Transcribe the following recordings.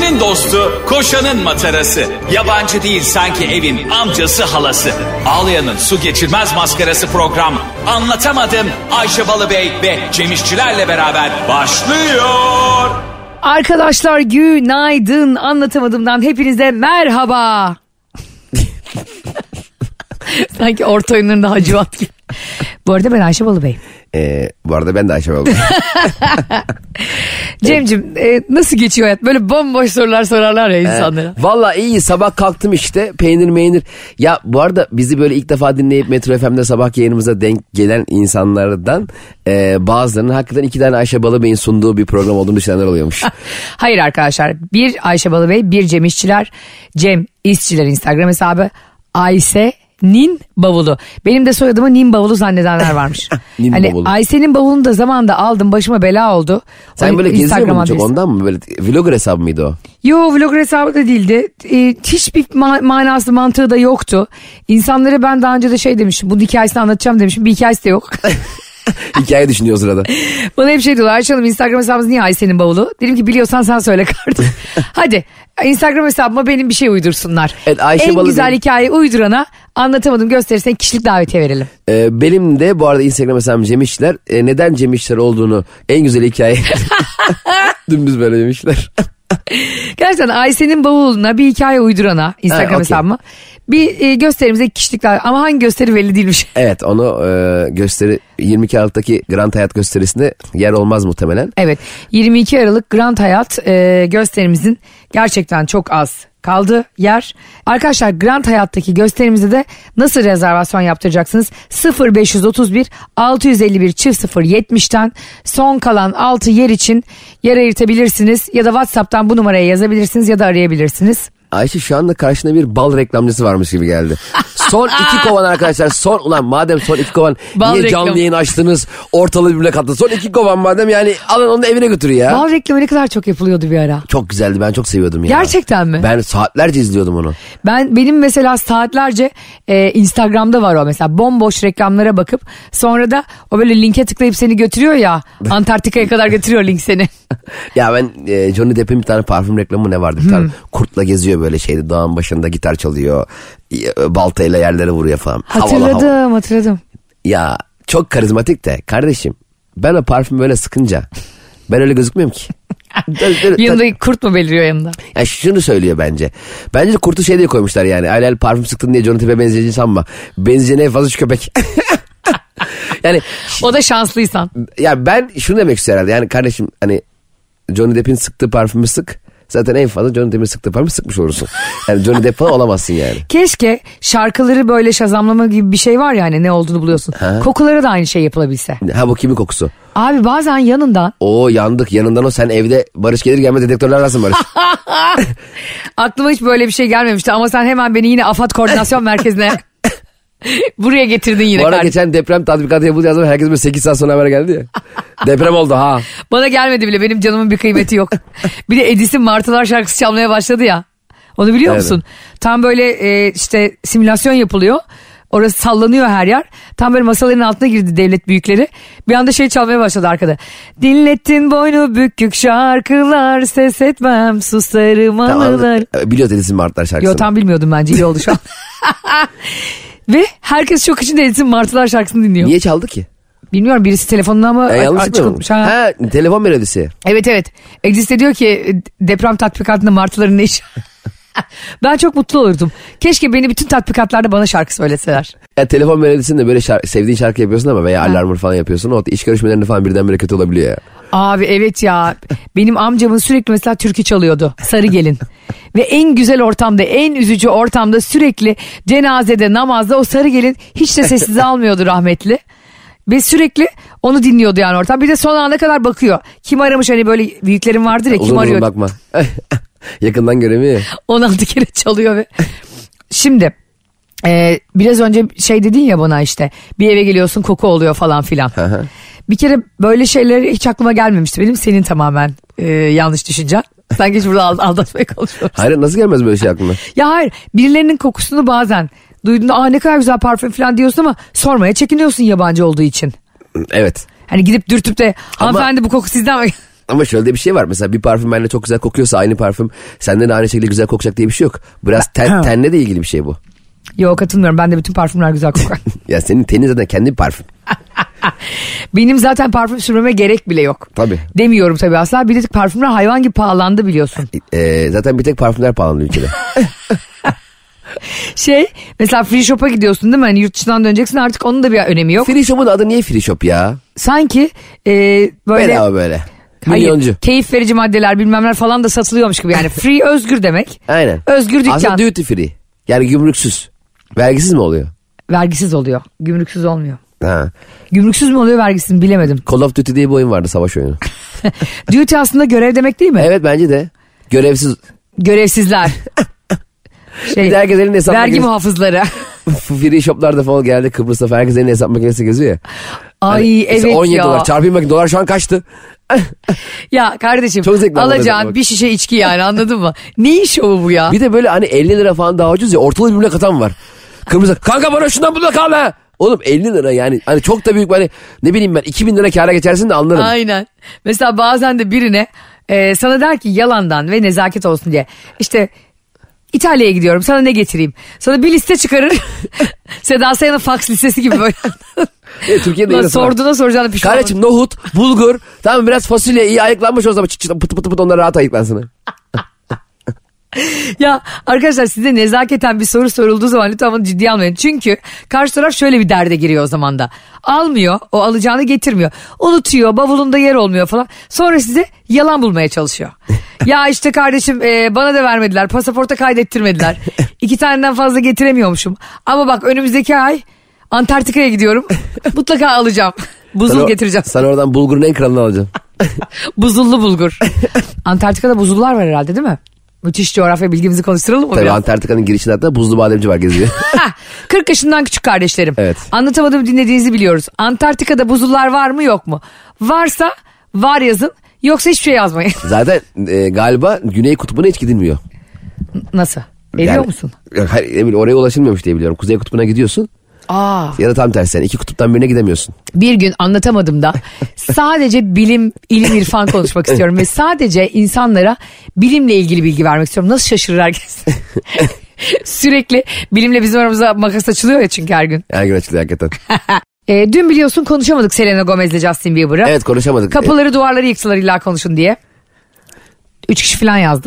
Ayşe'nin dostu, koşanın matarası. Yabancı değil sanki evin amcası halası. Ağlayan'ın su geçirmez maskarası program. Anlatamadım Ayşe Balıbey ve Cemişçilerle beraber başlıyor. Arkadaşlar günaydın. Anlatamadımdan hepinize merhaba. Sanki orta oyunlarında Hacivat gibi. Bu arada ben Ayşe Balıbey. Bu arada ben de Ayşe Balıbey. Cem'cim nasıl geçiyor hayat? Böyle bomboş sorular sorarlar ya insanlara. Vallahi iyi, sabah kalktım işte, peynir meynir. Ya bu arada bizi böyle ilk defa dinleyip Metro FM'de sabah yayınımıza denk gelen insanlardan bazılarının hakikaten 2 tane Ayşe Balıbey'in sunduğu bir program olduğunu düşünenler oluyormuş. Hayır arkadaşlar, bir Ayşe Balıbey, bir Cem İşçiler, Cem İşçiler Instagram hesabı, Ayşe'nin bavulu. Benim de soyadımı Nin bavulu zannedenler varmış. Hani bavulu. Ayşe'nin bavulunu da zamanında aldım, başıma bela oldu. Sen böyle geziyor musun çok, ondan mı? Böyle vlogger hesabı mıydı o? Yo, vlogger hesabı da değildi. Hiçbir manası mantığı da yoktu. İnsanlara ben daha önce de şey demişim, bunun hikayesini anlatacağım demişim, bir hikayesi de yok. Hikaye düşünüyor o sırada. Bana hep şey diyorlar, Ayşe Hanım Instagram hesabımız niye Ayşe'nin bavulu? Dedim ki biliyorsan sen söyle kardeşim. Hadi Instagram hesabıma benim bir şey uydursunlar. Evet, Ayşe en güzel hikayeyi uydurana Anlatamadım gösterisine kişilik davetiye verelim. Benim de bu arada Instagram hesabım Cem İşçiler. Neden Cem İşçiler olduğunu en güzel hikaye. Dümdüz böyle Cem İşçiler. Gerçekten Ayşe'nin bavuluna bir hikaye uydurana Instagram hesabıma bir gösterimize kişilik davetiye. Ama hangi gösteri belli değilmiş. Evet, onu gösteri 22 Aralık'taki Grand Hayat gösterisinde yer olmaz muhtemelen. Evet, 22 Aralık Grand Hayat gösterimizin gerçekten çok az kaldı yer. Arkadaşlar Grand Hayat'taki gösterimize de nasıl rezervasyon yaptıracaksınız? 0531 651 0070'ten son kalan 6 yer için yer ayırtabilirsiniz. Ya da WhatsApp'tan bu numaraya yazabilirsiniz ya da arayabilirsiniz. Ayşe şu anda karşında bir bal reklamcısı varmış gibi geldi. Son 2 kovan arkadaşlar. Ulan madem son 2 kovan bal niye reklamı. Canlı yayın açtınız, ortalığı birbirine kattınız. Son 2 kovan madem, yani alın onu da evine götür ya. Bal reklamı ne kadar çok yapılıyordu bir ara. Çok güzeldi, ben çok seviyordum ya. Gerçekten mi? Ben saatlerce izliyordum onu. Benim mesela saatlerce Instagram'da var o mesela, bomboş reklamlara bakıp sonra da o böyle linke tıklayıp seni götürüyor ya, Antarktika'ya kadar götürüyor link seni. Ya ben Johnny Depp'in bir tane parfüm reklamı ne vardı, bir tane kurtla geziyor böyle şeyde, dağın başında gitar çalıyor, baltayla yerlere vuruyor falan. Hatırladım. Ya çok karizmatik de kardeşim, ben o parfüm böyle sıkınca ben öyle gözükmüyorum ki. Yanında kurt mu beliriyor yanında? Ya şunu söylüyor bence. Bence de kurtu şey diye koymuşlar yani. Al parfüm sıktın diye Johnny Depp'e benzeyeceğini sanma. Benzeyeceğine en fazla şu köpek. Yani o da şanslıysan. Ya ben şunu demek istiyorum herhalde. Yani kardeşim, hani Johnny Depp'in sıktığı parfümü sık. Zaten en fazla Johnny Depp'in sıktığı parfümü sıkmış olursun. Yani Johnny Depp falan olamazsın yani. Keşke şarkıları böyle şazamlama gibi bir şey var ya, hani ne olduğunu buluyorsun. Ha? Kokulara da aynı şey yapılabilse. Ha, bu kimin kokusu? Abi bazen yanından. Oo, yandık yanından o, sen evde Barış gelir gelmez dedektörler arasın Barış. Aklıma hiç böyle bir şey gelmemişti ama sen hemen beni yine AFAD Koordinasyon Merkezi'ne buraya getirdin yine. Bu arada geçen deprem tatbikatı yapıldığı zaman herkes böyle 8 saat sonra haber geldi ya. Deprem oldu ha. Bana gelmedi bile, benim canımın bir kıymeti yok. Bir de Edis'in Martılar şarkısı çalmaya başladı ya. Onu biliyor musun? Tam böyle işte simülasyon yapılıyor. Orası sallanıyor her yer. Tam böyle masaların altına girdi devlet büyükleri. Bir anda şey çalmaya başladı arkada. Dinlettin boynu bükük şarkılar, ses etmem susarım anılar. Biliyor Edis'in Martılar şarkısını. Yo, tam bilmiyordum, bence iyi oldu şu an. Ve herkes çok içinde Edis'in Martılar şarkısını dinliyor. Niye çaldı ki? Bilmiyorum, birisi telefonuna mı çıkmış. Ha, telefon melodisi. Evet. Edis de diyor ki deprem tatbikatında martıların ne işi? Ben çok mutlu olurdum. Keşke beni bütün tatbikatlarda bana şarkı söyleseler. Ya telefon melodisinde böyle sevdiğin şarkı yapıyorsun ama veya alarmır falan yapıyorsun. O iş görüşmelerinde falan birdenbire kötü olabiliyor ya. Abi evet ya. Benim amcamın sürekli mesela türkü çalıyordu. Sarı Gelin. Ve en güzel ortamda, en üzücü ortamda sürekli cenazede, namazda o Sarı Gelin hiç de sessiz almıyordu rahmetli. Ve sürekli onu dinliyordu yani ortam. Bir de son ana kadar bakıyor. Kim aramış, hani böyle büyüklerim vardır ya, kim arıyor. Uzun bakma. Yakından göremiyor. 16 kere çalıyor ve şimdi biraz önce şey dedin ya bana, işte bir eve geliyorsun koku oluyor falan filan. Bir kere böyle şeyler hiç aklıma gelmemişti benim, senin tamamen yanlış düşüncen. Sanki hiç burada aldatmaya konuşuyoruz. Hayır, nasıl gelmez böyle şey aklına? Ya hayır, birilerinin kokusunu bazen duyduğunda ne kadar güzel parfüm falan diyorsun ama sormaya çekiniyorsun yabancı olduğu için. Evet. Hani gidip dürtüp de hanımefendi bu koku sizden mi? Ama şöyle de bir şey var. Mesela bir parfüm bende çok güzel kokuyorsa aynı parfüm senden de aynı şekilde güzel kokacak diye bir şey yok. Biraz tenle de ilgili bir şey bu. Yok, katılmıyorum. Ben de bütün parfümler güzel kokar. Ya senin tenin zaten kendi bir parfüm. Benim zaten parfüm sürmeme gerek bile yok. Tabii. Demiyorum tabii asla. Bir de parfümler hayvan gibi pahalandı biliyorsun. Zaten bir tek parfümler pahalı ülkede. Mesela free shop'a gidiyorsun değil mi? Hani yurt dışından döneceksin, artık onun da bir önemi yok. Free shop'un adı niye free shop ya? Sanki böyle... Bedava böyle. Hayır, keyif verici maddeler bilmemler falan da satılıyormuş gibi. Yani free özgür demek. Aynen. Özgür dükkan. Aslında duty free. Yani gümrüksüz. Vergisiz mi oluyor? Vergisiz oluyor. Gümrüksüz olmuyor. Ha. Gümrüksüz mü oluyor, vergisiz mi bilemedim. Call of Duty diye bir oyun vardı, savaş oyunu. Duty aslında görev demek değil mi? Evet, bence de. Görevsiz. Görevsizler. Herkes elinde hesap vergi muhafızları. Free shoplarda falan geldi Kıbrıs'ta, herkes elinde hesap makinesi geziyor ya. Ay evet 17 ya. dolar çarpayım bakayım, dolar şu an kaçtı? Ya kardeşim alacağın bir şişe içki yani, anladın mı? Neyin şovu bu ya? Bir de böyle hani 50 lira falan daha ucuz ya, ortalığı birbirine katan var. Kıbrıs'ta kanka bana şundan bundan kal ha. Oğlum 50 lira yani, hani çok da büyük, hani ne bileyim ben 2000 lira kâra geçersin de anlarım. Aynen. Mesela bazen de birine sana der ki yalandan ve nezaket olsun diye, işte İtalya'ya gidiyorum, sana ne getireyim? Sana bir liste çıkarır. Seda Sayan'ın fax listesi gibi böyle. Türkiye'de sorduğuna soracağına pişman. Kardeşim nohut, bulgur, tamam biraz fasulye iyi ayıklanmış o zaman, pıt pıt pıt onlar rahat ayıklansın. Ya arkadaşlar, size nezaketen bir soru sorulduğu zaman lütfen bunu ciddiye almayın. Çünkü karşı taraf şöyle bir derde giriyor o zaman da. Almıyor, o alacağını getirmiyor. Unutuyor, bavulunda yer olmuyor falan. Sonra size yalan bulmaya çalışıyor. Ya işte kardeşim bana da vermediler, pasaporta kaydettirmediler. 2 taneden fazla getiremiyormuşum. Ama bak önümüzdeki ay Antarktika'ya gidiyorum. Mutlaka alacağım. Buzul getireceğim. Sen oradan bulgurun en kralını alacaksın. Buzullu bulgur. Antarktika'da buzullar var herhalde değil mi? Müthiş coğrafya bilgimizi konuşturalım mı? Tabii biraz? Antarktika'nın girişinde hatta buzlu bademci var, geziyor. 40 yaşından küçük kardeşlerim. Evet. Anlatamadığımı dinlediğinizi biliyoruz. Antarktika'da buzullar var mı yok mu? Varsa var yazın, yoksa hiçbir şey yazmayın. Zaten galiba Güney Kutbu'na hiç gidilmiyor. Nasıl? Ediyor musun? Hayır, oraya ulaşılmıyormuş diye biliyorum. Kuzey Kutbu'na gidiyorsun. Ya da tam tersi, yani 2 kutuptan birine gidemiyorsun. Bir gün anlatamadım da sadece bilim, ilim, irfan konuşmak istiyorum ve sadece insanlara bilimle ilgili bilgi vermek istiyorum. Nasıl şaşırır herkes? Sürekli bilimle bizim aramıza makas açılıyor ya, çünkü her gün. Her gün açılıyor hakikaten. Dün biliyorsun konuşamadık Selena Gomez'le Justin Bieber'ı. Evet, konuşamadık. Kapıları duvarları yıktılar illa konuşun diye. 3 kişi falan yazdım.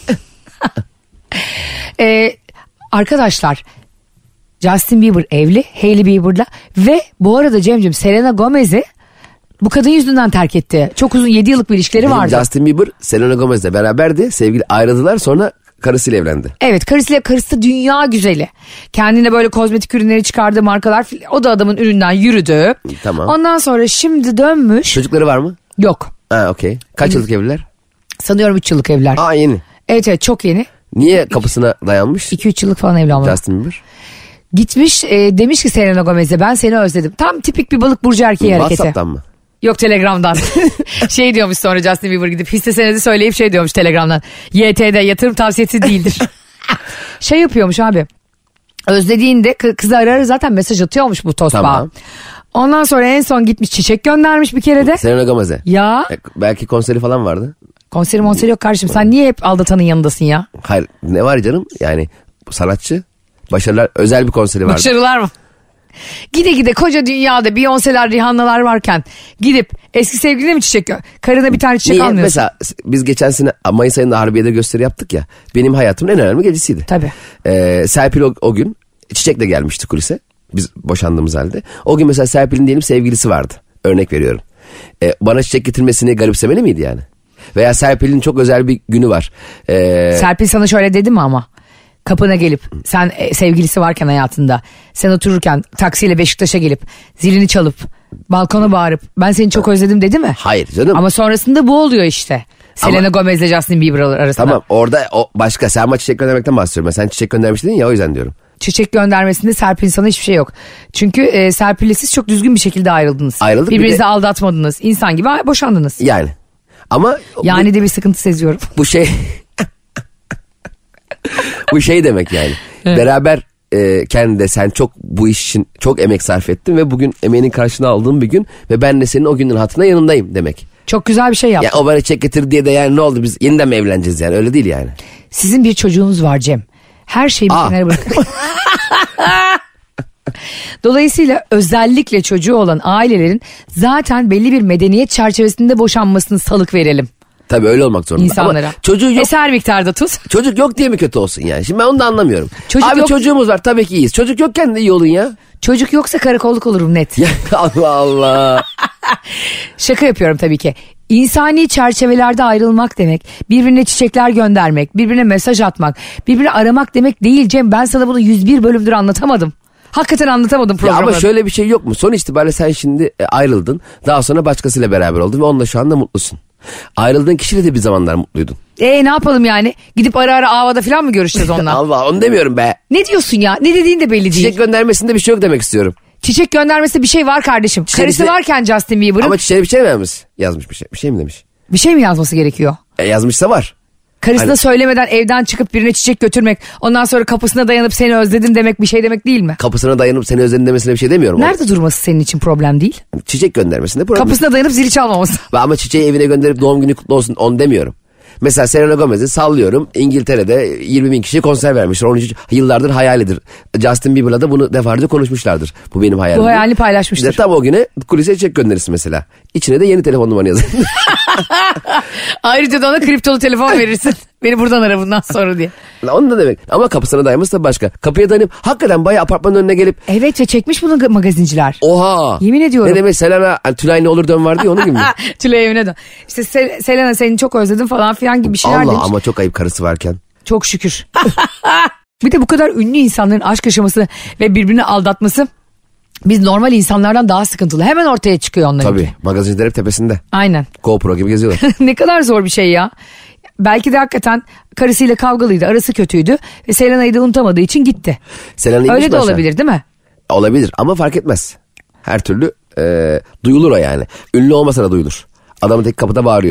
Arkadaşlar, Justin Bieber evli, Hailey Bieber'la ve bu arada Cem'ciğim Selena Gomez'i bu kadın yüzünden terk etti. Çok uzun 7 yıllık bir ilişkileri vardı. Justin Bieber Selena Gomez'le beraberdi, sevgili ayrıldılar, sonra karısıyla evlendi. Evet, karısı dünya güzeli. Kendine böyle kozmetik ürünleri çıkardığı markalar, o da adamın üründen yürüdü. Tamam. Ondan sonra şimdi dönmüş. Çocukları var mı? Yok. Ha, okey. Kaç yıllık evliler? Sanıyorum 3 yıllık evliler. Aa, yeni. Evet çok yeni. Niye kapısına dayanmış? 2-3 yıllık falan evli ama. Justin Bieber. Gitmiş demiş ki Selena Gomez'e, ben seni özledim. Tam tipik bir balık burcu erkeği hareketi. WhatsApp'tan mı? Yok, Telegram'dan. Diyormuş sonra Justin Bieber gidip hisse senedi söyleyip diyormuş Telegram'dan. YT'de yatırım tavsiyesi değildir. Yapıyormuş abi. Özlediğinde kızı arar zaten mesaj atıyormuş bu tosbağa. Tamam. Ondan sonra en son gitmiş çiçek göndermiş bir kere de. Selena Gomez'e. Ya. Belki konseri falan vardı. Konseri yok kardeşim, sen niye hep aldatanın yanındasın ya? Hayır, ne var canım, yani sanatçı, başarılar, özel bir konseri vardı. Başarılar mı? Gide koca dünyada Beyoncé'ler, Rihanna'lar varken gidip eski sevgiline mi çiçek, karına bir tane çiçek almıyorsun? Mesela biz geçen sene Mayıs ayında Harbiye'de gösteri yaptık ya, benim hayatımın en önemli gecesiydi. Tabii. Serpil o gün çiçekle gelmişti kulise, biz boşandığımız halde. O gün mesela Serpil'in diyelim sevgilisi vardı, örnek veriyorum. Bana çiçek getirmesini garipsemeli miydi yani? Veya Serpil'in çok özel bir günü var. Serpil sana şöyle dedi mi ama? Kapına gelip sen sevgilisi varken hayatında, sen otururken taksiyle Beşiktaş'a gelip zilini çalıp balkona bağırıp ben seni çok özledim dedi mi? Hayır canım. Ama sonrasında bu oluyor işte. Selena Gomez'le Justin Bieber arasında. Tamam, orada o başka, sen bana çiçek göndermekten bahsediyorum. Sen çiçek göndermiş dedin ya, o yüzden diyorum. Çiçek göndermesinde Serpil'in sana hiçbir şey yok. Çünkü Serpil'le siz çok düzgün bir şekilde ayrıldınız. Ayrıldık. Birbirinizi aldatmadınız. İnsan gibi boşandınız. Yani. Ama yani de bir sıkıntı seziyorum. Bu şey bu şey demek yani. Evet. Beraber kendine sen çok bu iş için çok emek sarf ettin ve bugün emeğinin karşılığını aldığın bir gün ve ben de senin o günün hatırına yanındayım demek. Çok güzel bir şey yaptın. Ya o bana çek getir diye de yani ne oldu biz yeniden mi evleneceğiz yani öyle değil yani. Sizin bir çocuğunuz var Cem. Her şeyi bir kenara bırakın. Dolayısıyla özellikle çocuğu olan ailelerin zaten belli bir medeniyet çerçevesinde boşanmasını salık verelim. Tabii öyle olmak zorunda. İnsanlara. Ama çocuğu yok. Eser miktarda tut. Çocuk yok diye mi kötü olsun yani? Şimdi ben onu da anlamıyorum. Çocuk Abi yok. çocuğumuz var tabii ki iyiyiz. Çocuk yokken de iyi olun ya. Çocuk yoksa karakolluk olurum net. Ya Allah Allah. Şaka yapıyorum tabii ki. İnsani çerçevelerde ayrılmak demek, birbirine çiçekler göndermek, birbirine mesaj atmak, birbirini aramak demek değil Cem. Ben sana bunu 101 bölümdür anlatamadım. Hakikaten anlatamadım programı. Ya ama şöyle bir şey yok mu? Son itibariyle sen şimdi ayrıldın. Daha sonra başkasıyla beraber oldun ve onunla şu anda mutlusun. Ayrıldığın kişiyle de bir zamanlar mutluydun. Ne yapalım yani? Gidip ara ara Ava'da falan mı görüşeceğiz onunla? Allah onu demiyorum be. Ne diyorsun ya? Ne dediğin de belli değil. Çiçek göndermesinde bir şey yok demek istiyorum. Çiçek göndermesi bir şey var kardeşim. Karısı varken Justin Bieber'ın. Ama çiçeğe bir şey mi yazmış bir şey? Bir şey mi demiş? Bir şey mi yazması gerekiyor? Yazmışsa var. Karısına söylemeden evden çıkıp birine çiçek götürmek, ondan sonra kapısına dayanıp seni özledim demek bir şey demek değil mi? Kapısına dayanıp seni özledim demesine bir şey demiyorum. Nerede durması senin için problem değil? Çiçek göndermesinde problem. Kapısına dayanıp zili çalmaması. Ama çiçeği evine gönderip doğum günü kutlu olsun onu demiyorum. Mesela Selena Gomez'i sallıyorum. İngiltere'de 20.000 kişi konser vermişler. Onun için yıllardır hayalidir. Justin Bieber'la da bunu defalarca konuşmuşlardır. Bu benim hayalim. Bu hayalini paylaşmıştır. İşte tam o güne kulise çiçek gönderirsin mesela. İçine de yeni telefon numaranı yazın. Ayrıca da ona kriptolu telefon verirsin. Beni buradan ara bundan sonra diye. Onu da demek. Ama kapısına dayanması da başka. Kapıya dayanıp hakikaten bayağı apartmanın önüne gelip. Evet ve çekmiş bunu magazinciler. Oha. Yemin ediyorum. Ne demek Selena Tülay ne olur dön vardı ya onun gibi mi? Tülay evine dön. İşte Selena seni çok özledim falan filan gibi bir şeyler Allah demiş. ama çok ayıp karısı varken. Çok şükür. Bir de bu kadar ünlü insanların aşk yaşaması ve birbirini aldatması biz normal insanlardan daha sıkıntılı. Hemen ortaya çıkıyor onların. Tabii magazinciler hep tepesinde. Aynen. GoPro gibi geziyorlar. Ne kadar zor bir şey ya. Belki de hakikaten karısıyla kavgalıydı, arası kötüydü ve Selena'yı da unutamadığı için gitti. Öyle de olabilir değil mi? Olabilir ama fark etmez. Her türlü duyulur o yani. Ünlü olmasa da duyulur. Adamın tek kapıda bağırıyor.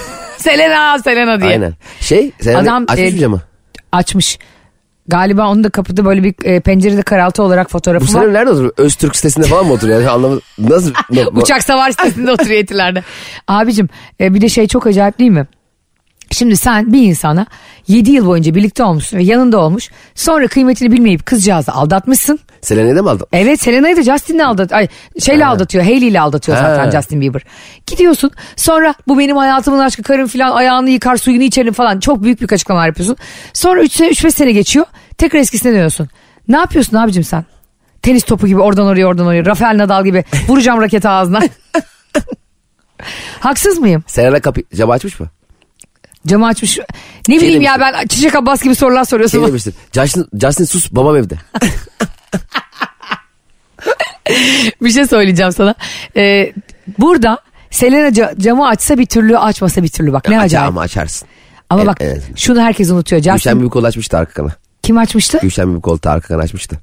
Selena diye. Aynen. Selena Adam, açmış camı. Açmış. Galiba onun da kapıda böyle bir pencerede karaltı olarak fotoğrafı Bu var. Selena nerede oturuyor? Öztürk sitesinde falan mı oturuyor? Anlamadım. Nasıl? Uçak savar sitesinde oturuyor Etiler'de. Abicim bir de şey çok acayip değil mi? Şimdi sen bir insana 7 yıl boyunca birlikte olmuşsun ve yanında olmuş. Sonra kıymetini bilmeyip kızcağızı aldatmışsın. Selena'yı da mı aldın? Evet, Selena'yı da Justin'le aldatıyor. Hailey ile aldatıyor zaten Justin Bieber. Gidiyorsun sonra bu benim hayatımın aşkı karım filan, ayağını yıkar suyunu içerim falan. Çok büyük bir açıklamalar yapıyorsun. Sonra 3-5 sene geçiyor. Tekrar eskisine dönüyorsun. Ne yapıyorsun abicim sen? Tenis topu gibi oradan oraya. Rafael Nadal gibi vuracağım raketi ağzına. Haksız mıyım? Selena camı açmış mı? Camı açmış. Ne bileyim ya ben Çiçek Abbas gibi sorular soruyorsun. Şey demiştir. Justin sus babam evde. Bir şey söyleyeceğim sana. Burada Selena camı açsa bir türlü, açmasa bir türlü, bak ne acayip. Ama açarsın. Ama bak şunu herkes unutuyor. Gülşen Büyükol açmıştı arka kanı. Kim açmıştı? Gülşen Büyükol arka kanı açmıştı.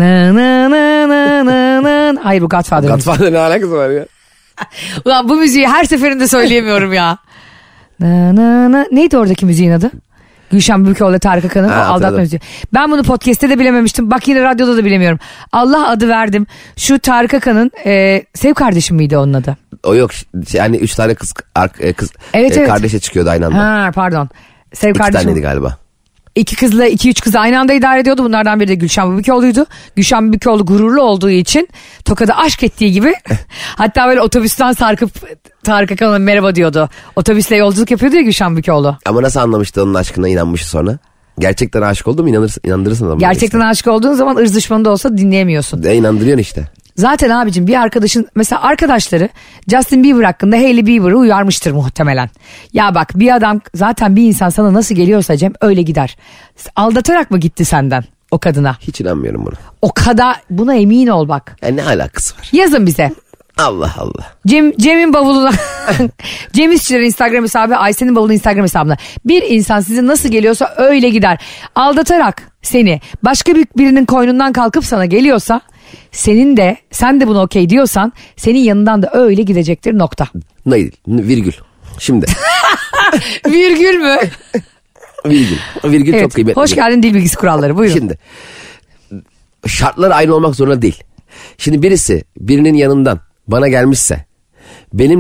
Hayır bu Godfather. Godfather ne alakası var ya? Ulan bu müziği her seferinde söyleyemiyorum ya. Neydi oradaki müziğin adı? Gülşen Büyükoğlu Tarık Akan'ın aldatma müziği. Ben bunu podcast'te de bilememiştim. Bak yine radyoda da bilemiyorum. Allah adı verdim. Şu Tarık Akan'ın Sev kardeşim miydi onun adı? O yok. Yani 3 tane kız evet. kardeşe çıkıyordu aynı anda. Ha pardon. Sev 2 kardeşim. taneydi galiba. 2-3 kızı aynı anda idare ediyordu. Bunlardan biri de Gülşen Büyükoğlu'ydu. Gülşen Büyükoğlu gururlu olduğu için Tokat'ı aşk ettiği gibi hatta böyle otobüsten sarkıp Tarık Akan'a merhaba diyordu. Otobüsle yolculuk yapıyordu ya Gülşen Büyükoğlu. Ama nasıl anlamıştı onun aşkına, inanmıştı sonra? Gerçekten aşık oldu mu inandırırsın adamı. Gerçekten işte aşık olduğun zaman ırz düşmanı da olsa dinleyemiyorsun. İnandırıyorsun işte. Zaten abicim bir arkadaşın mesela arkadaşları Justin Bieber hakkında Hailey Bieber'ı uyarmıştır muhtemelen. Ya bak bir adam zaten bir insan sana nasıl geliyorsa Cem öyle gider. Aldatarak mı gitti senden o kadına? Hiç inanmıyorum buna. O kadar, buna emin ol bak. Ya ne alakası var? Yazın bize. Allah Allah. Cem'in bavuluna Cem İşçilerin Instagram hesabı, Ayşe'nin bavulu Instagram hesabına. Bir insan size nasıl geliyorsa öyle gider. Aldatarak seni başka birinin koynundan kalkıp sana geliyorsa sen de buna okey diyorsan senin yanından da öyle gidecektir nokta. Neydi? Virgül. Şimdi. Virgül mü? Virgül evet, çok kıymetli. Hoş geldin dil bilgisi kuralları, buyurun. Şimdi şartlar aynı olmak zorunda değil. Şimdi birinin yanından bana gelmişse benimle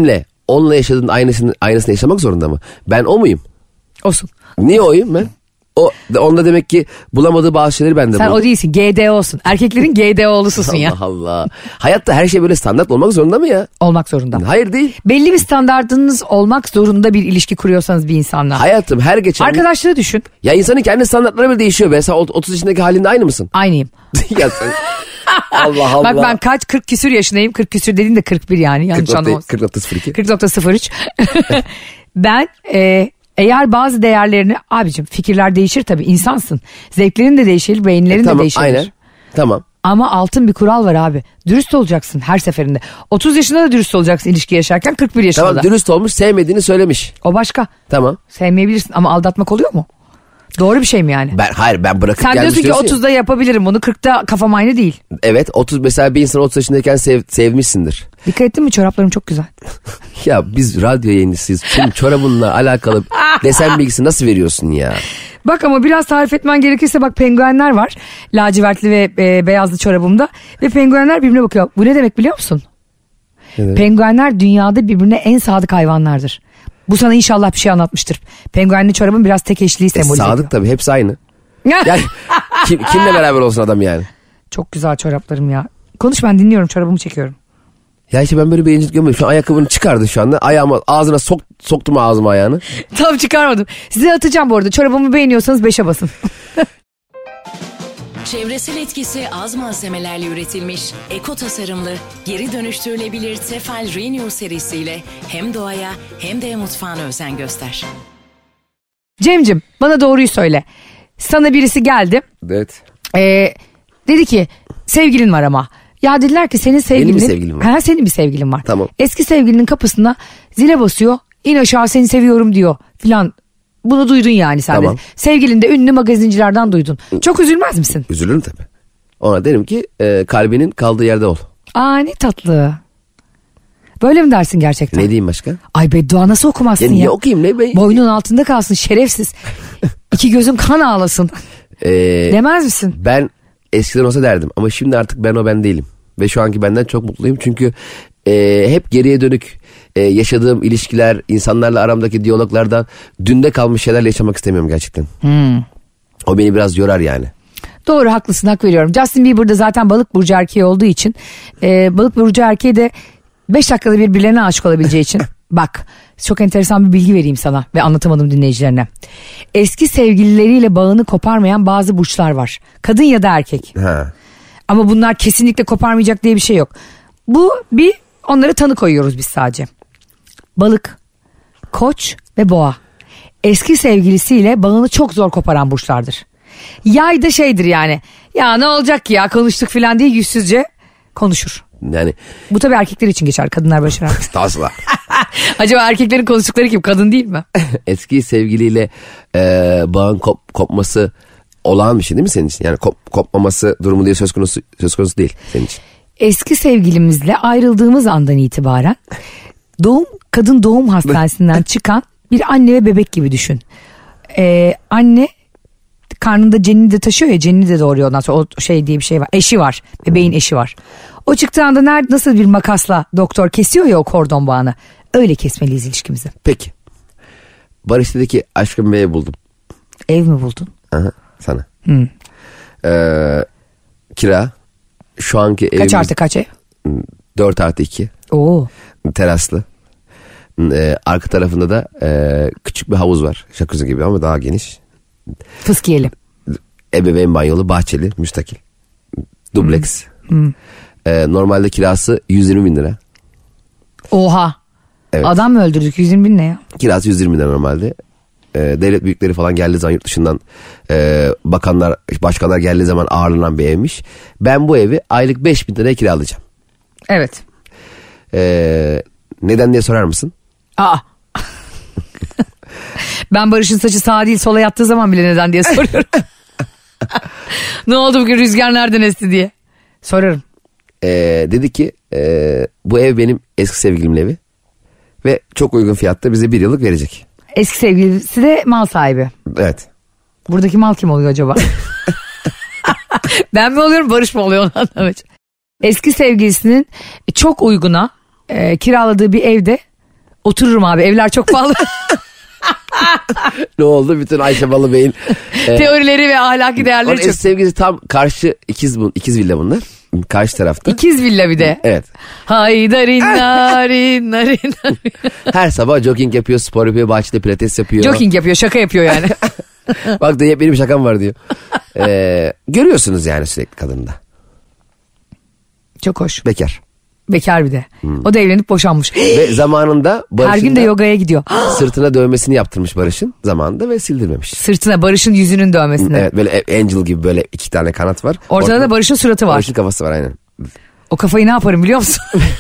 onunla yaşadığın aynısını yaşamak zorunda mı? Ben o muyum? Olsun. Niye oyum ben? Onda demek ki bulamadığı bazı şeyleri ben de Sen buldum. o değilsin. GDO'sun. Erkeklerin GDO'lususun ya. Allah Allah. Hayatta her şey böyle standart olmak zorunda mı ya? Olmak zorunda. Hayır değil. Belli bir standartınız olmak zorunda bir ilişki kuruyorsanız bir insanla. Hayatım her geçen... Arkadaşları düşün. Ya insanın kendi standartları bile değişiyor be. Sen 30 yaşındaki halinde aynı mısın? Aynıyım. Ya sen... Allah Allah. Bak ben 40 küsür yaşındayım. 40 küsür dediğin de 41 yani. Yanlış anlamasın. 40.02. 40.03. Ben eğer bazı değerlerini... Abicim fikirler değişir tabii. İnsansın. Zevklerin de değişir. Beyinlerin de değişir. Aynen. Tamam. Ama altın bir kural var abi. Dürüst olacaksın her seferinde. 30 yaşında da dürüst olacaksın ilişki yaşarken, 41 yaşında Tamam da. dürüst olmuş, sevmediğini söylemiş. O başka. Tamam. Sevmeyebilirsin ama aldatmak oluyor mu? Doğru bir şey mi yani? Hayır ben bırakıp Sen gelmiş diyorsun ki 30'da yapabilirim bunu, 40'ta kafam aynı değil. Evet 30 mesela bir insan 30 yaşındayken sevmişsindir. Dikkat ettin mi, çoraplarım çok güzel. Ya biz radyo yayıncısıyız. Senin çorabınla alakalı desen bilgisi nasıl veriyorsun ya? Bak ama biraz tarif etmen gerekirse bak, penguenler var. Lacivertli ve beyazlı çorabımda. Ve penguenler birbirine bakıyor. Bu ne demek biliyor musun? Penguenler dünyada birbirine en sadık hayvanlardır. Bu sana inşallah bir şey anlatmıştır. Penguenli çorabın biraz tek eşliği sembolize ediyor. Sadık tabii, hepsi aynı. Yani kimle beraber olsun adam yani? Çok güzel çoraplarım ya. Konuş, ben dinliyorum, çorabımı çekiyorum. Ya işte ben böyle beğencilik görmedim. Şu an ayakkabını çıkardın şu anda. Ayağıma, ağzına soktum ağzıma ayağını. Tam çıkarmadım. Size atacağım bu arada. Çorabımı beğeniyorsanız 5'e basın. Çevresel etkisi az malzemelerle üretilmiş, eko tasarımlı, geri dönüştürülebilir Tefal Renew serisiyle hem doğaya hem de mutfağına özen göster. Cem'cim bana doğruyu söyle. Sana birisi geldi. Evet. Dedi ki sevgilin var ama. Ya dediler ki senin sevgilinin... Benim bir sevgilim var. Ha, senin bir sevgilin var. Tamam. Eski sevgilinin kapısına zile basıyor. İn aşağı seni seviyorum diyor filan. Bunu duydun yani sen Tamam. de. Sevgilin de ünlü magazincilerden duydun. Çok üzülmez misin? Üzülürüm tabii. Ona derim ki kalbinin kaldığı yerde ol. Aa ne tatlı. Böyle mi dersin gerçekten? Ne diyeyim başka? Ay beddua nasıl okumazsın ya? Niye okuyayım ne be? Boynun altında kalsın şerefsiz. İki gözüm kan ağlasın. Demez misin? Ben eskiden olsa derdim ama şimdi artık ben değilim. Ve şu anki benden çok mutluyum çünkü hep geriye dönük yaşadığım ilişkiler, insanlarla aramdaki diyaloglardan dünde kalmış şeylerle yaşamak istemiyorum gerçekten. O beni biraz yorar yani. Doğru, haklısın, hak veriyorum. Justin Bieber de zaten balık burcu erkeği olduğu için balık burcu erkeği de 5 dakikada birbirlerine aşık olabileceği için bak çok enteresan bir bilgi vereyim sana ve anlatamadım dinleyicilerine. Eski sevgilileriyle bağını koparmayan bazı burçlar var. Kadın ya da erkek. Ha. Ama bunlar kesinlikle koparmayacak diye bir şey yok. Bu bir, onları tanı koyuyoruz biz sadece. Balık, Koç ve Boğa. Eski sevgilisiyle bağını çok zor koparan burçlardır. Yay da şeydir yani. Ya ne olacak ya, konuştuk falan diye yüzsüzce konuşur. Yani. Bu tabii erkekler için geçer, kadınlar başaramaz. Asla. Acaba erkeklerin konuştukları kim, kadın değil mi? Eski sevgiliyle bağın kopması olağan bir şey değil mi senin için? Yani kopmaması durumu diye söz konusu değil senin için. Eski sevgilimizle ayrıldığımız andan itibaren kadın doğum hastanesinden çıkan bir anne ve bebek gibi düşün. Anne karnında cenini de taşıyor ya, cenini de doğuruyor, ondan sonra o şey diye bir şey var. Eşi var, bebeğin eşi var. O çıktığı anda nasıl bir makasla doktor kesiyor ya o kordon bağını, öyle kesmeliyiz ilişkimizi. Peki. Barış dedi ki aşkım bir ev buldum. Ev mi buldun? Aha, sana. Kira. Şu anki evimiz. Kaç artı kaç ev? 4+2. Oo. Teraslı. Arka tarafında da küçük bir havuz var. Jacuzzi gibi ama daha geniş. Fıskiyelim. Ebeveyn banyolu, bahçeli, müstakil. Dubleks. Normalde kirası 120 bin lira. Oha. Evet. Adam mı öldürdük? 120 bin ne ya? Kirası 120 bin lira normalde. Devlet büyükleri falan geldiği zaman yurt dışından bakanlar, başkanlar geldiği zaman ağırlanan bir evmiş. Ben bu evi aylık 5 bin liraya kiralayacağım. Evet. Neden diye sorar mısın? Aa. Ben Barış'ın saçı sağa değil sola yattığı zaman bile neden diye soruyorum. Ne oldu bugün, rüzgar nereden esti diye sorarım. Dedi ki bu ev benim eski sevgilimin evi ve çok uygun fiyatta bize 1 yıllık verecek. Eski sevgilisi de mal sahibi. Evet. Buradaki mal kim oluyor acaba? Ben mi oluyorum, Barış mı oluyor, onu anlamak. Eski sevgilisinin çok uyguna kiraladığı bir evde Otururum abi, evler çok pahalı. Ne oldu? Bütün Ayşe Balıbey'in teorileri ve ahlaki değerleri onun çok. eski sevgilisi tam karşı ikiz villa bunlar. Karşı tarafta. İkiz villa bir de. Evet. Haydarin narin narin. Her sabah jogging yapıyor, spor yapıyor, bahçede pilates yapıyor. Jogging yapıyor, şaka yapıyor yani. Bak da benim şakam var diyor. Görüyorsunuz yani sürekli kadında. Çok hoş. Bekar. Bekar bir de. O da evlenip boşanmış. Ve zamanında Barış'ın her gün de yogaya gidiyor. sırtına dövmesini yaptırmış Barış'ın zamanında ve sildirmemiş. Sırtına, Barış'ın yüzünün dövmesini. Evet, böyle Angel gibi böyle 2 tane kanat var. Ortada da Barış'ın suratı var. Barış'ın kafası var aynen. O kafayı ne yaparım biliyor musun?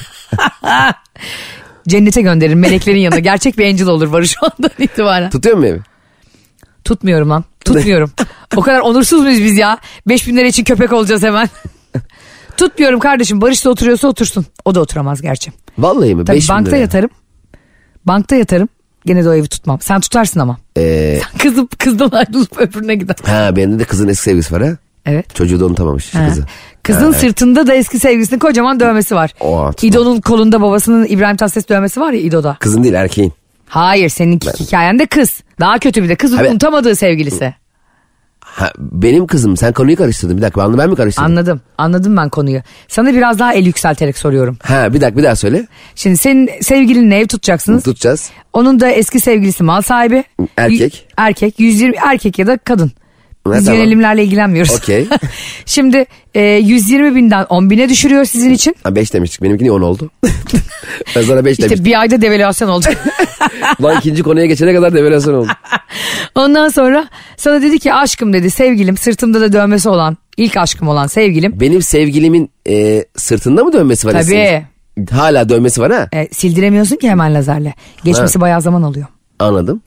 Cennete gönderirim, meleklerin yanına. Gerçek bir angel olur Barış ondan itibaren. Tutuyor mu evi? Tutmuyorum lan. Tutmuyorum. O kadar onursuz muyuz biz ya? 5.000 lira için köpek olacağız hemen. Tutmuyorum kardeşim. Barış da oturuyorsa otursun. O da oturamaz gerçi. Vallahi mi? Tabii 5.000 bankta lira. yatarım. Bankta yatarım. Gene de o evi tutmam. Sen tutarsın ama. Sen kızdan ayrılıp öbürüne gider. Ha, benim de kızın eski sevgilisi var ha. Evet. Çocuğu da unutamamış kızı. Kızın sırtında da eski sevgilisinin kocaman dövmesi var. Oha, İdo'nun kolunda babasının İbrahim Tatlıses dövmesi var ya İdo'da. Kızın değil, erkeğin. Hayır, senin hikayende kız. Daha kötü bir de kız unutamadığı sevgilisi. Ha, benim kızım, sen konuyu karıştırdın. Bir dakika, ben mi karıştırdım? Anladım ben konuyu. Sana biraz daha el yükselterek soruyorum. Ha, bir dakika, bir daha söyle. Şimdi senin sevgilinle ev tutacaksınız. Tutacağız. Onun da eski sevgilisi mal sahibi. Erkek. Erkek 120 erkek ya da kadın. Biz tamam. yönelimlerle ilgilenmiyoruz. Okey. Şimdi 120 binden 10 bine düşürüyor sizin için. Ha, 5 demiştik. Benimki niye 10 oldu? Ben sana 5 İşte demiştim. bir ayda devalüasyon oldu. Lan ikinci konuya geçene kadar devalüasyon oldu. Ondan sonra sana dedi ki aşkım dedi, sevgilim, sırtımda da dövmesi olan, ilk aşkım olan sevgilim. Benim sevgilimin sırtında mı dövmesi var? Tabii. Esiniz? Hala dövmesi var ha? Sildiremiyorsun ki hemen lazerle. Geçmesi bayağı zaman alıyor. Anladım.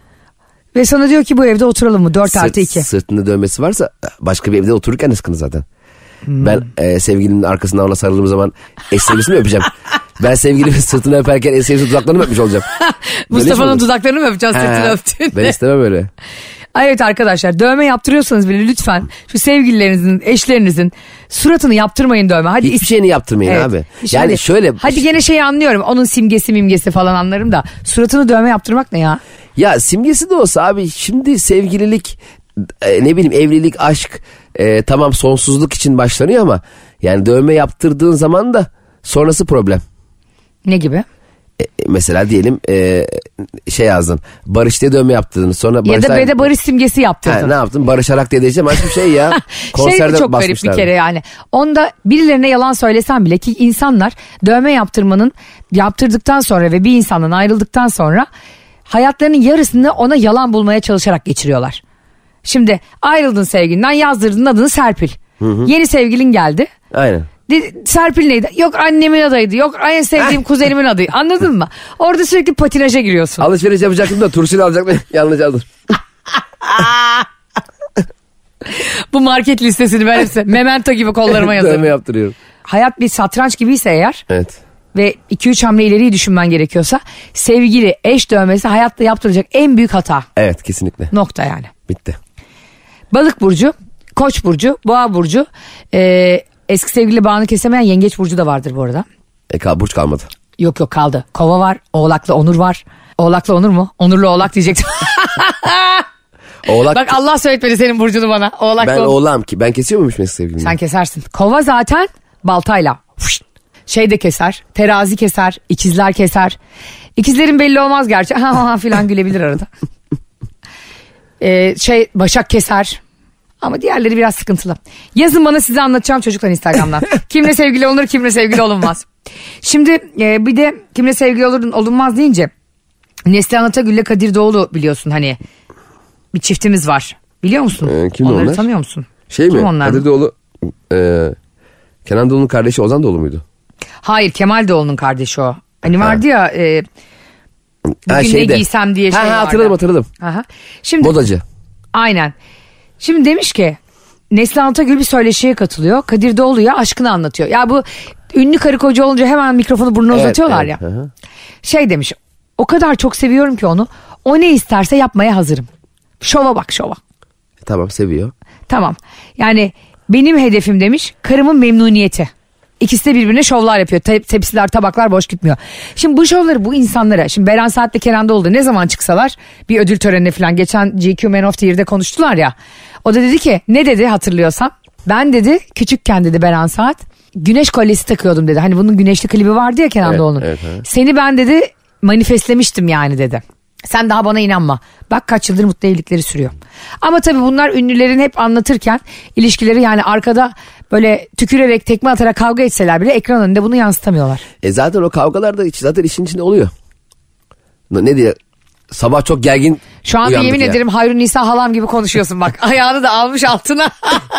Ve sana diyor ki bu evde oturalım mı? 4+2. Sırtında dövmesi varsa başka bir evde otururken sıkıntı zaten. Ben sevgilimin arkasından ona sarıldığım zaman eş sevgilisini mi öpeceğim? Ben sevgilimin sırtını öperken eş sevgilisi dudaklarını mı öpmüş olacağım? Mustafa'nın dudaklarını mı öpeceğiz sırtını öptüğünde? Ben istemem öyle. Evet arkadaşlar, dövme yaptırıyorsanız bile lütfen şu sevgililerinizin, eşlerinizin suratını yaptırmayın dövme. Hadi Hiçbir şeyini yaptırmayın abi. Yani şöyle. Hadi gene şeyi anlıyorum, onun simgesi falan anlarım da suratını dövme yaptırmak ne ya? Ya simgesi de olsa abi, şimdi sevgililik, ne bileyim, evlilik, aşk tamam sonsuzluk için başlanıyor ama yani dövme yaptırdığın zaman da sonrası problem. Ne gibi? Mesela diyelim şey yazdın, Barış diye dövme yaptırdın, sonra ya da de Barış simgesi yaptırdın. Ne yaptın? Barışarak diye diyeceğim, başka bir şey ya. Şey de çok garip bir kere yani. Onda birilerine yalan söylesen bile, ki insanlar dövme yaptırdıktan sonra ve bir insandan ayrıldıktan sonra hayatlarının yarısını ona yalan bulmaya çalışarak geçiriyorlar. Şimdi ayrıldın sevgilinden, yazdırdın adını Serpil. Yeni sevgilin geldi. Aynen. Serpil neydi? Yok annemin adıydı. Yok en sevdiğim kuzenimin adıydı. Anladın mı? Orada sürekli patinaja giriyorsun. Alışveriş yapacaktım da turşuyla alacaktım. Yanlış aldım. Bu market listesini ben hepsi memento gibi kollarıma yazarım. Dövme yaptırıyorum. Hayat bir satranç gibiyse eğer. Evet. Ve 2-3 hamle ileriyi düşünmen gerekiyorsa, sevgili, eş dövmesi hayatta yaptıracak en büyük hata. Evet, kesinlikle. Nokta yani. Bitti. Balık burcu, Koç burcu, Boğa burcu, eski sevgili bağını kesemeyen Yengeç burcu da vardır bu arada. Burç kalmadı. Yok kaldı. Kova var, Oğlak'la Onur var. Oğlak'la Onur mu? Onur'la Oğlak diyecektim. Oğlak. Bak Allah söyletmedi senin burcunu bana. Oğlak'la Ben oğlağım ki. Ben kesiyor muymuş eski sevgilimi? Sen kesersin. Kova zaten baltayla. Şey de keser, terazi keser, ikizler keser. İkizlerin belli olmaz gerçi. Ha filan gülebilir arada. Başak keser. Ama diğerleri biraz sıkıntılı. Yazın bana, size anlatacağım çocuklar Instagram'dan. Kimle sevgili olunur, kimle sevgili olunmaz. Şimdi bir de kimle sevgili olunmaz deyince Neslihan Atagül'le Kadir Doğulu biliyorsun, hani bir çiftimiz var. Biliyor musun? Kim Onları onlar? tanıyor musun? Şey Kim mi? onlar Kadir Doğulu Kenan Doğulu'nun kardeşi Ozan Doğulu muydu? Hayır, Kemal Doğulu'nun kardeşi o. Hani vardı ya bugün ne giysem diye şey vardı. Hatırladım. Aha. Şimdi, Modacı. Aynen. Şimdi demiş ki Neslihan Atagül bir söyleşiye katılıyor. Kadir Doğulu'ya aşkını anlatıyor. Ya bu ünlü karı koca olunca hemen mikrofonu burnuna uzatıyorlar ya. Hı. Şey demiş, o kadar çok seviyorum ki onu. O ne isterse yapmaya hazırım. Şova bak, şova. Tamam, seviyor. Tamam. Yani benim hedefim demiş karımın memnuniyeti. İkisi de birbirine şovlar yapıyor. Tepsiler, tabaklar boş gitmiyor. Şimdi bu şovları bu insanlara, şimdi Beren Saat'le Kenan Doğulu ne zaman çıksalar bir ödül törenine falan, geçen GQ Man of the Year'de konuştular ya. O da dedi ki, ne dedi hatırlıyorsam, ben dedi küçükken dedi Beren Saat güneş kolyesi takıyordum dedi. Hani bunun güneşli klibi vardı ya Kenan Doğulu'nun. Evet. Seni ben dedi manifestlemiştim yani dedi. Sen daha bana inanma. Bak kaç yıldır mutlu evlilikleri sürüyor. Ama tabii bunlar ünlülerin hep anlatırken ilişkileri, yani arkada böyle tükürerek, tekme atarak kavga etseler bile ekran önünde bunu yansıtamıyorlar. Zaten o kavgalar da zaten işin içinde oluyor. Ne diye sabah çok gergin şu anda yemin ederim Hayrun Nisa halam gibi konuşuyorsun bak. Ayağını da almış altına.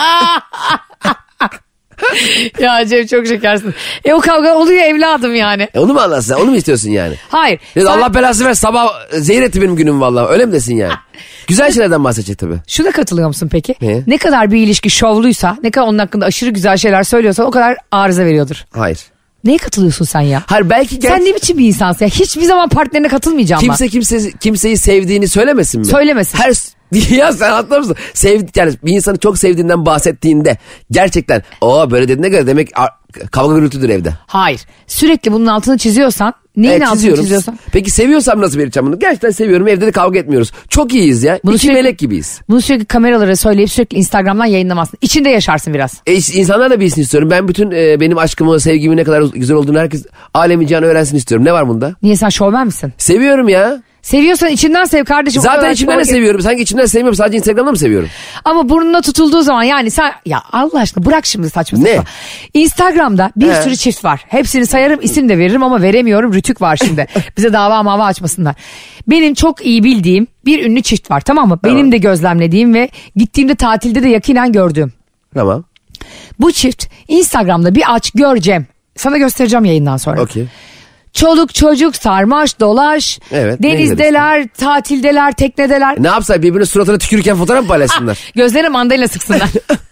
Ya Cem çok şekersin. O kavga oluyor evladım yani. Onu mu anlatsın? Onu mu istiyorsun yani? Hayır. Allah belasını ver, sabah zehir etti benim günüm vallahi. Öyle mi desin yani? Güzel şeylerden bahsedecek tabii. Şuna katılıyor musun peki? Ne? Ne kadar bir ilişki şovluysa, ne kadar onun hakkında aşırı güzel şeyler söylüyorsan o kadar arıza veriyordur. Hayır. Neye katılıyorsun sen ya? Hayır, belki Sen ne biçim bir insansın ya? Hiçbir zaman partnerine katılmayacağım ben. Kimseyi sevdiğini söylemesin mi? Söylemesin. Ya sen hatırlar mısın? Yani bir insanı çok sevdiğinden bahsettiğinde gerçekten böyle dediğine göre demek kavga gürültüdür evde. Hayır. Sürekli bunun altını çiziyorsan, neyin altını çiziyorsan? Peki seviyorsam nasıl vereceğim bunu? Gerçekten seviyorum, evde de kavga etmiyoruz. Çok iyiyiz ya. İki melek gibiyiz. Bunu sürekli kameralara söyleyip sürekli Instagram'dan yayınlamazsın. İçinde yaşarsın biraz. İnsanlar da bilsin istiyorum. Ben bütün benim aşkımı, sevgimi ne kadar güzel olduğunu herkes alemi canı öğrensin istiyorum. Ne var bunda? Niye, sen şovmen misin? Seviyorum ya. Seviyorsan içinden sev kardeşim. Zaten içimden de seviyorum. Sanki içimden sevmiyorum. Sadece Instagram'da mı seviyorum? Ama burnuna tutulduğu zaman yani sen, ya Allah aşkına bırak şimdi saçma ne? sapan. Instagram'da bir sürü çift var. Hepsini sayarım, isim de veririm ama veremiyorum. Rütük var şimdi. Bize dava mava açmasınlar. Benim çok iyi bildiğim bir ünlü çift var, tamam mı? Benim de gözlemlediğim ve gittiğimde tatilde de yakinen gördüğüm. Tamam. Bu çift Instagram'da bir aç göreceğim. Sana göstereceğim yayından sonra. Okey. Çoluk çocuk sarmaş dolaş, evet, denizdeler, tatildeler, teknedeler. Ne yapsak, birbirine suratına tükürürken fotoğraf mı paylaşsınlar? Gözlerine mandalina sıksınlar.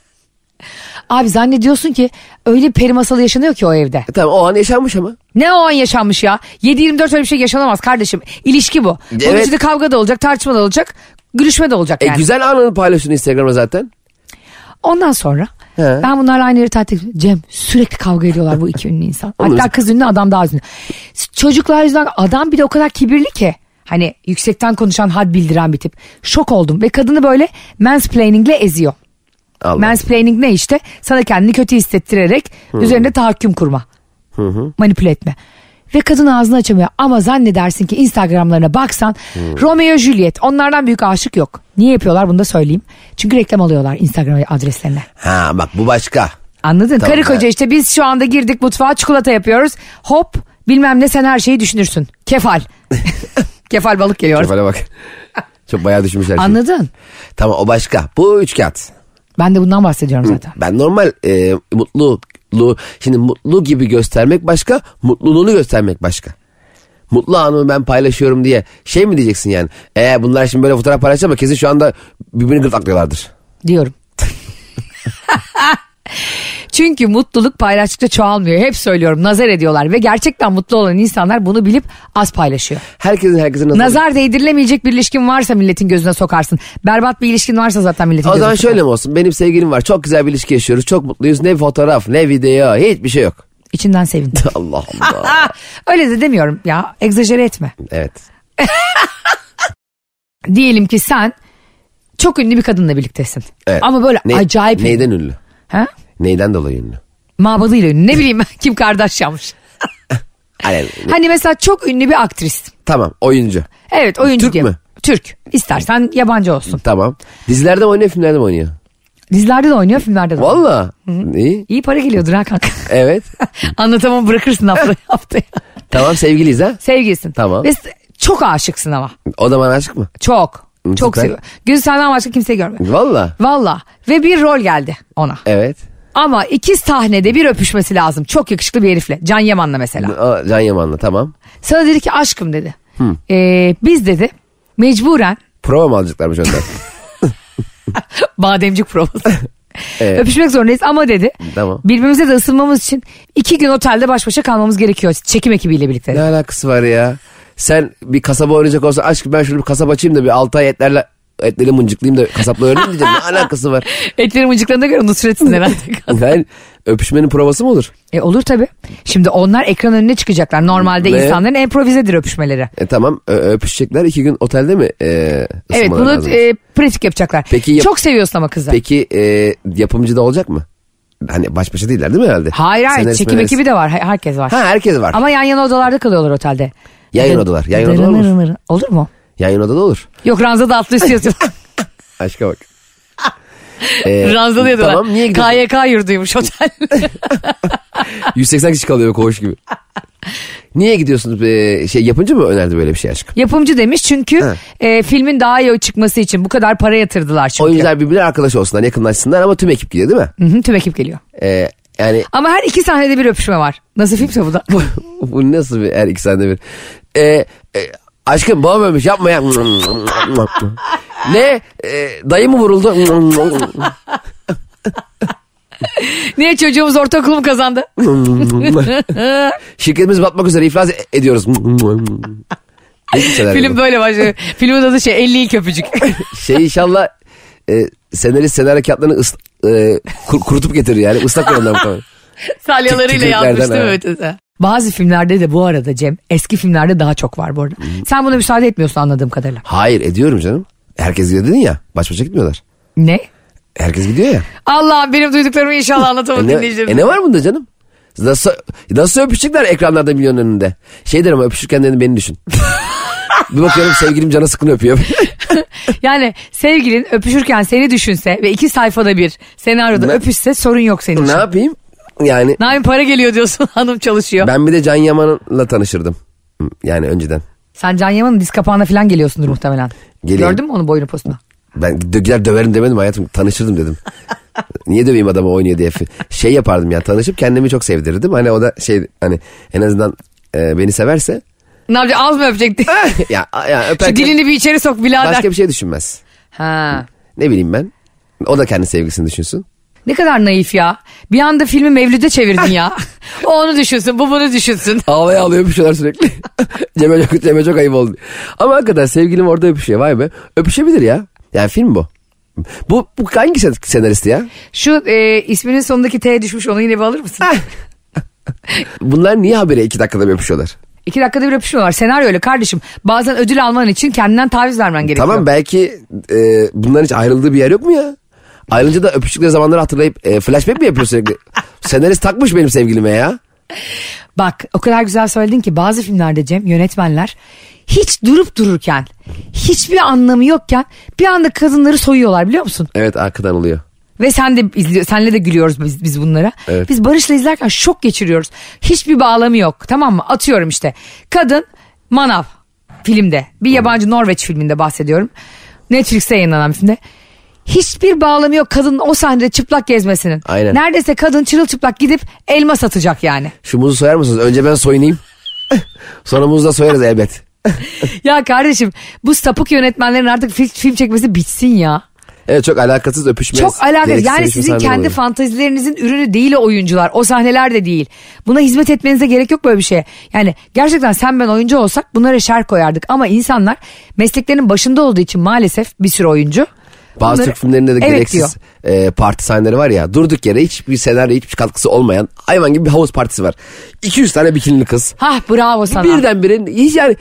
Abi zannediyorsun ki öyle bir peri masalı yaşanıyor ki o evde. Tamam, o an yaşanmış ama. Ne o an yaşanmış ya? 7-24 öyle bir şey yaşanamaz kardeşim. İlişki bu. Evet. Onun içinde kavga da olacak, tartışma da olacak, gülüşme de olacak yani. Güzel anını paylaşıyorsun Instagram'a zaten. Ondan sonra ben bunlarla aynı yeri tatil ediyorum. Cem, sürekli kavga ediyorlar bu iki ünlü insan. Hatta kız ünlü, adam daha ünlü. Çocuklar yüzünden, adam bir de o kadar kibirli ki. Hani yüksekten konuşan, had bildiren bir tip. Şok oldum ve kadını böyle mansplainingle eziyor. Allah. Mansplaining ne işte? Sana kendini kötü hissettirerek üzerinde tahakküm kurma. Manipüle etme. Ve kadın ağzını açamıyor ama zannedersin ki Instagram'larına baksan Romeo Juliet, onlardan büyük aşık yok. Niye yapıyorlar bunu da söyleyeyim. Çünkü reklam alıyorlar Instagram adreslerine. Ha bak, bu başka. Anladın? Tamam, Karı koca işte, biz şu anda girdik mutfağa, çikolata yapıyoruz. Hop bilmem ne, sen her şeyi düşünürsün. Kefal. Kefal balık geliyor. Kefale bak. Çok bayağı düşmüşler. Anladın? Tamam, o başka. Bu üçkağıt. Ben de bundan bahsediyorum zaten. Ben normal şimdi mutlu gibi göstermek başka, mutluluğunu göstermek başka. Mutlu anımı ben paylaşıyorum diye şey mi diyeceksin yani? Bunlar şimdi böyle fotoğraf paylaşacak ama kesin şu anda birbirini gırtlaklıyorlardır. Diyorum. Çünkü mutluluk paylaştıkça çoğalmıyor. Hep söylüyorum, nazar ediyorlar ve gerçekten mutlu olan insanlar bunu bilip az paylaşıyor. Herkesin nazar değdirilemeyecek bir ilişkin varsa milletin gözüne sokarsın. Berbat bir ilişkin varsa zaten milletin gözüne sokarsın. O zaman şöyle mi olsun? Benim sevgilim var. Çok güzel bir ilişki yaşıyoruz. Çok mutluyuz. Ne fotoğraf, ne video, hiçbir şey yok. İçinden sevin. Allah Allah. Öyle de demiyorum ya. Egzajere etme. Evet. Diyelim ki sen çok ünlü bir kadınla birliktesin. Evet. Ama böyle acayip. Neyden ünlü? Ha? Neyden dolayı ünlü? Mabadıyla ünlü. Ne bileyim ben, Kim Kardashian'mış. Hani mesela çok ünlü bir aktris. Tamam, oyuncu. Evet, oyuncu Türk diyeyim. mü? Türk. İstersen yabancı olsun. Tamam. Dizilerde mi oynuyor, filmlerde mi oynuyor? Dizilerde de oynuyor, filmlerde de oynuyor. Valla. İyi. İyi para geliyordur ha kanka. Evet. Anlatamam, bırakırsın haftaya. Tamam, sevgiliyiz ha? Sevgilisin. Tamam. Ve çok aşıksın ama. O zaman aşık mı? Çok. Çok Süper. seviyor. Gözü senden başka kimseyi görmüyor. Valla. Valla. Ve bir rol geldi ona. Evet. Ama iki sahnede bir öpüşmesi lazım. Çok yakışıklı bir herifle. Can Yaman'la mesela. Can Yaman'la, tamam. Sana dedi ki aşkım dedi. Biz dedi mecburen. Prova mı alacaklarmış önden? Bademcik provası. Evet. Öpüşmek zorundayız ama dedi. Tamam. Birbirimize de ısınmamız için 2 gün otelde baş başa kalmamız gerekiyor. Çekim ekibiyle birlikte. Ne alakası var ya? Sen bir kasaba oynayacak olsan, aşkım ben şöyle bir kasaba açayım da bir 6 ay etleri mıncıklayayım da kasapla öğreneyim diyeceğim. Ne alakası var? Etleri mıncıklarına göre Nusret'sin herhalde. öpüşmenin provası mı olur? Olur tabii. Şimdi onlar ekran önüne çıkacaklar. Normalde insanların improvizedir öpüşmeleri. Tamam öpüşecekler 2 gün otelde mi? Evet bunu pratik yapacaklar. Peki, çok seviyorsun ama kızı. Peki yapımcı da olacak mı? Hani baş başa değiller değil mi herhalde? Hayır çekim ekibi de var, herkes var. Ha herkes var. Ama yan yana odalarda kalıyorlar otelde. Yan yana odalar. Yan yana odalar olur. Olur mu? Yan yana odada olur. Yok ranzada atlı istiyorsun. Aşka bak. Ranzada yadılar. Tamam niye gidiyorsun? KYK yurduymuş otel. 180 kişi kalıyor koğuş gibi. Niye gidiyorsunuz? Yapımcı mı önerdi böyle bir şey aşkım? Yapımcı demiş çünkü filmin daha iyi çıkması için bu kadar para yatırdılar çünkü. Oyuncular birbirine arkadaş olsunlar, yakınlaşsınlar ama tüm ekip gidiyor değil mi? Hı, tüm ekip geliyor. Yani ama her 2 sahnede bir öpüşme var. Nasıl filmse bu da. Bu nasıl bir her 2 sahnede bir? Aşkım babam ölmüş yapma ya. Ne? Dayı mı vuruldu? Niye çocuğumuz ortaokul mu kazandı? Şirketimiz batmak üzere iflas ediyoruz. Film böyle başlıyor. Filmin adı 50 ilk öpücük. İnşallah senaryo kağıtlarını kurutup getirir yani. Islak olanlar muhtemelen. Salyalarıyla yazmış değil mi ötesi? Bazı filmlerde de bu arada Cem, eski filmlerde daha çok var bu arada. Sen buna müsaade etmiyorsun anladığım kadarıyla. Hayır ediyorum canım. Herkes gidiyor dedin ya. Baş başa gitmiyorlar. Ne? Herkes gidiyor ya. Allah'ım benim duyduklarımı inşallah anlatamadım dinleyicilerim. Ne var bunda canım? Nasıl öpüşecekler ekranlarda milyon önünde? Ama öpüşürken dedim beni düşün. Bir bakıyorum sevgilim cana sıkını öpüyor. Yani sevgilin öpüşürken seni düşünse ve 2 sayfada bir senaryoda öpüşse sorun yok senin için. Ne yapayım? Yani. Ne yapayım para geliyor diyorsun hanım çalışıyor. Ben bir de Can Yaman'la tanışırdım. Yani önceden. Sen Can Yaman'ın diz kapağına falan geliyorsundur muhtemelen. Geleyim. Gördün mü onun boyunu postunu? Ben gider döverim demedim hayatım, tanışırdım dedim. Niye döveyim adamı oynuyor diye. Yapardım ya, tanışıp kendimi çok sevdirirdim. Hani o da hani en azından beni severse. Ne yapacak, az mı öpecekti? ya öperken. Şu dilini bir içeri sok birader. Başka bir şey düşünmez. Ha. Ne bileyim ben. O da kendi sevgisini düşünsün. Ne kadar naif ya. Bir anda filmi Mevlüt'e çevirdin ya. O onu düşünsün, bu bunu düşünsün. Ağlaya öpüşüyorlar sürekli. Cem'e çok ayıp oldu. Ama hakikaten sevgilim orada öpüşüyor, vay be. Öpüşebilir ya. Yani film bu. Bu hangi senaristi ya? Şu isminin sonundaki T'ye düşmüş, onu yine bir alır mısın? Bunlar niye habire 2 dakikada bir öpüşüyorlar? 2 dakikada bir öpüşüyorlar. Senaryo öyle kardeşim. Bazen ödül alman için kendinden taviz vermen gerekiyor. Tamam belki bunların hiç ayrıldığı bir yer yok mu ya? Ayrılınca da öpüştükleri zamanları hatırlayıp flashback mi yapıyor sürekli? Senarist takmış benim sevgilime ya. Bak o kadar güzel söyledin ki bazı filmlerde Cem yönetmenler hiç durup dururken hiçbir anlamı yokken bir anda kadınları soyuyorlar biliyor musun? Evet arkadan oluyor. Ve senle de gülüyoruz biz bunlara. Evet. Biz Barış'la izlerken şok geçiriyoruz. Hiçbir bağlamı yok, tamam mı? Atıyorum işte. Kadın manav filmde. Bir yabancı Norveç filminde bahsediyorum. Netflix'te yayınlanan bir filmde. Hiçbir bağlamı yok kadının o sahnede çıplak gezmesinin. Aynen. Neredeyse kadın çırılçıplak gidip elma satacak yani. Şu muzu soyar mısınız? Önce ben soyunayım. Sonra muzu da soyarız elbet. Ya kardeşim bu sapık yönetmenlerin artık film çekmesi bitsin ya. Evet çok alakasız öpüşme. Çok alakasız. Yani sizin kendi fantezilerinizin ürünü değil o oyuncular. O sahneler de değil. Buna hizmet etmenize gerek yok böyle bir şeye. Yani gerçekten sen ben oyuncu olsak bunlara şer koyardık. Ama insanlar mesleklerinin başında olduğu için maalesef bir sürü oyuncu. Bazı Türk filmlerinde de gereksiz parti sahneleri var ya. Durduk yere hiçbir senaryo hiçbir katkısı olmayan hayvan gibi bir havuz partisi var. 200 tane bikinili kız. Hah bravo sana. Birdenbire hiç yani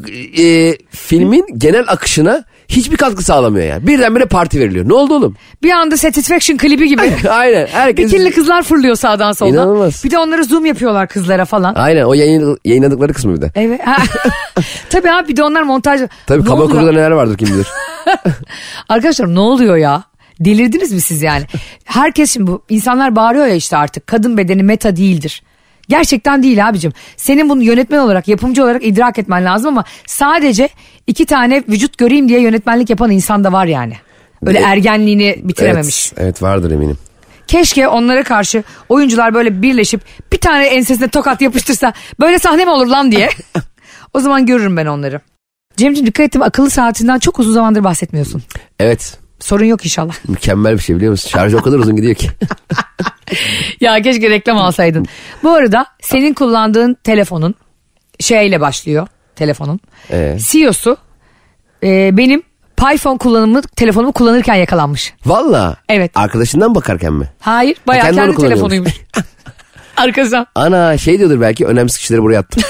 filmin genel akışına hiçbir katkı sağlamıyor yani. Birdenbire parti veriliyor. Ne oldu oğlum? Bir anda Satisfaction klibi gibi. Aynen. Herkes... Bikinli kızlar fırlıyor sağdan soldan. İnanılmaz. Bir de onları zoom yapıyorlar kızlara falan. Aynen o yayınladıkları kısmı bir de. Evet. Tabii abi bir de onlar montaj. Tabii kaba kuruda neler vardır kim bilir. Arkadaşlar ne oluyor ya? Delirdiniz mi siz yani? Herkes şimdi bu insanlar bağırıyor ya işte artık kadın bedeni meta değildir. Gerçekten değil abicim. Senin bunu yönetmen olarak, yapımcı olarak idrak etmen lazım ama sadece 2 tane vücut göreyim diye yönetmenlik yapan insan da var yani. Öyle ergenliğini bitirememiş. Evet vardır eminim. Keşke onlara karşı oyuncular böyle birleşip bir tane ensesine tokat yapıştırsa böyle sahne mi olur lan diye. O zaman görürüm ben onları. Cemciğim dikkat ettim, akıllı saatinden çok uzun zamandır bahsetmiyorsun. Evet. Sorun yok inşallah. Mükemmel bir şey biliyor musun? Şarjı o kadar uzun gidiyor ki. Ya keşke reklam alsaydın. Bu arada senin kullandığın telefonun şeyle başlıyor. Telefonun. CEO'su benim Payphone telefonumu kullanırken yakalanmış. Valla. Evet. Arkadaşından bakarken mi? Hayır, bayağı kendi kendi onu kullanıyormuş. telefonuymuş. Arkadaşım. Ana şey diyordur belki, önemsiz kişileri buraya attım.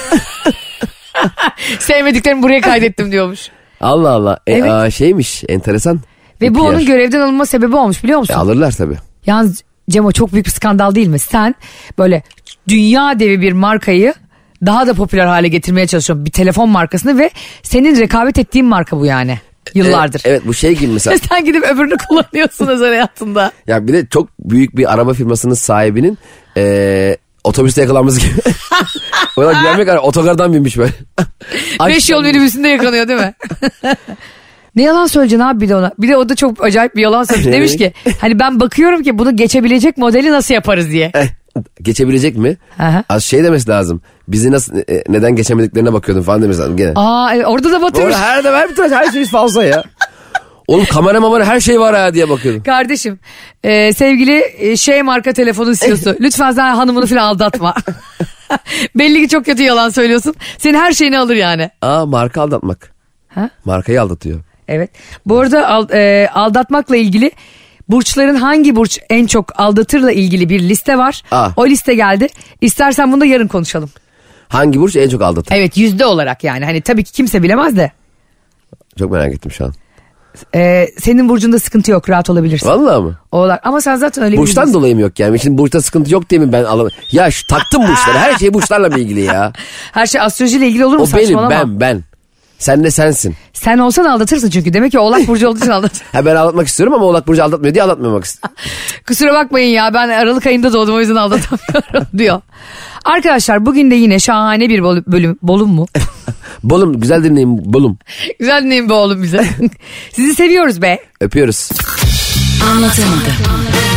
Sevmediklerimi buraya kaydettim diyormuş. Allah Allah. Evet. Şeymiş, enteresan. Ve bu PR. onun görevden alınma sebebi olmuş, biliyor musun? Alırlar tabii. Yalnız Cemo, çok büyük bir skandal değil mi? Sen böyle dünya devi bir markayı daha da popüler hale getirmeye çalışıyorsun. Bir telefon markasını ve senin rekabet ettiğin marka bu yani. Yıllardır. Evet, bu şey gibi mesela. Sen gidip öbürünü kullanıyorsun özel hayatında. Ya bir de çok büyük bir araba firmasının sahibinin otobüste yakalanması gibi. Ona güvenmek var, otogardan binmiş böyle. 5 yol minibüsünde yakalanıyor değil mi? Ne yalan söyleyeceksin abi bir de ona. Bir de o da çok acayip bir yalan söylemiş. Demiş ki hani ben bakıyorum ki bunu geçebilecek modeli nasıl yaparız diye. Geçebilecek mi? Aha. Az şey demesi lazım. Bizi nasıl neden geçemediklerine bakıyordum falan demesi lazım gene. Aa evet, orada da batırmış. Her şey fazla ya. Oğlum kamera her şey var ha diye bakıyordum. Kardeşim sevgili şey marka telefonu CEO'su lütfen sen hanımını falan aldatma. Belli ki çok kötü yalan söylüyorsun. Senin her şeyini alır yani. Marka aldatmak. Ha? Markayı aldatıyor. Evet. Bu arada aldatmakla ilgili burçların hangi burç en çok aldatırla ilgili bir liste var. O liste geldi. İstersen bunu da yarın konuşalım. Hangi burç en çok aldatır? Evet, yüzde olarak yani. Hani tabii ki kimse bilemez de. Çok merak ettim şu an. Senin burcunda sıkıntı yok, rahat olabilirsin. Vallahi mı? Oğlak. Ama sen zaten öyle bir burçtan dolayı mı yok yani? Şimdi burçta sıkıntı yok diye mi ben alamam? Ya taktım burçları. Her şey burçlarla mı ilgili ya? Her şey astrolojiyle ilgili olur mu? O benim, Saçmalama. ben. Sen de sensin. Sen olsan aldatırsın çünkü. Demek ki Oğlak burcu olduğu için aldatır. Ben aldatmak istiyorum ama Oğlak burcu aldatmıyor diye aldatmamak istiyorum. Kusura bakmayın ya, ben Aralık ayında doğdum, o yüzden aldatamıyorum diyor. Arkadaşlar bugün de yine şahane bir bolum mu? Bolum, güzel dinleyin bolum. Güzel dinleyin be oğlum bize. Sizi seviyoruz be. Öpüyoruz. Anlatamadım.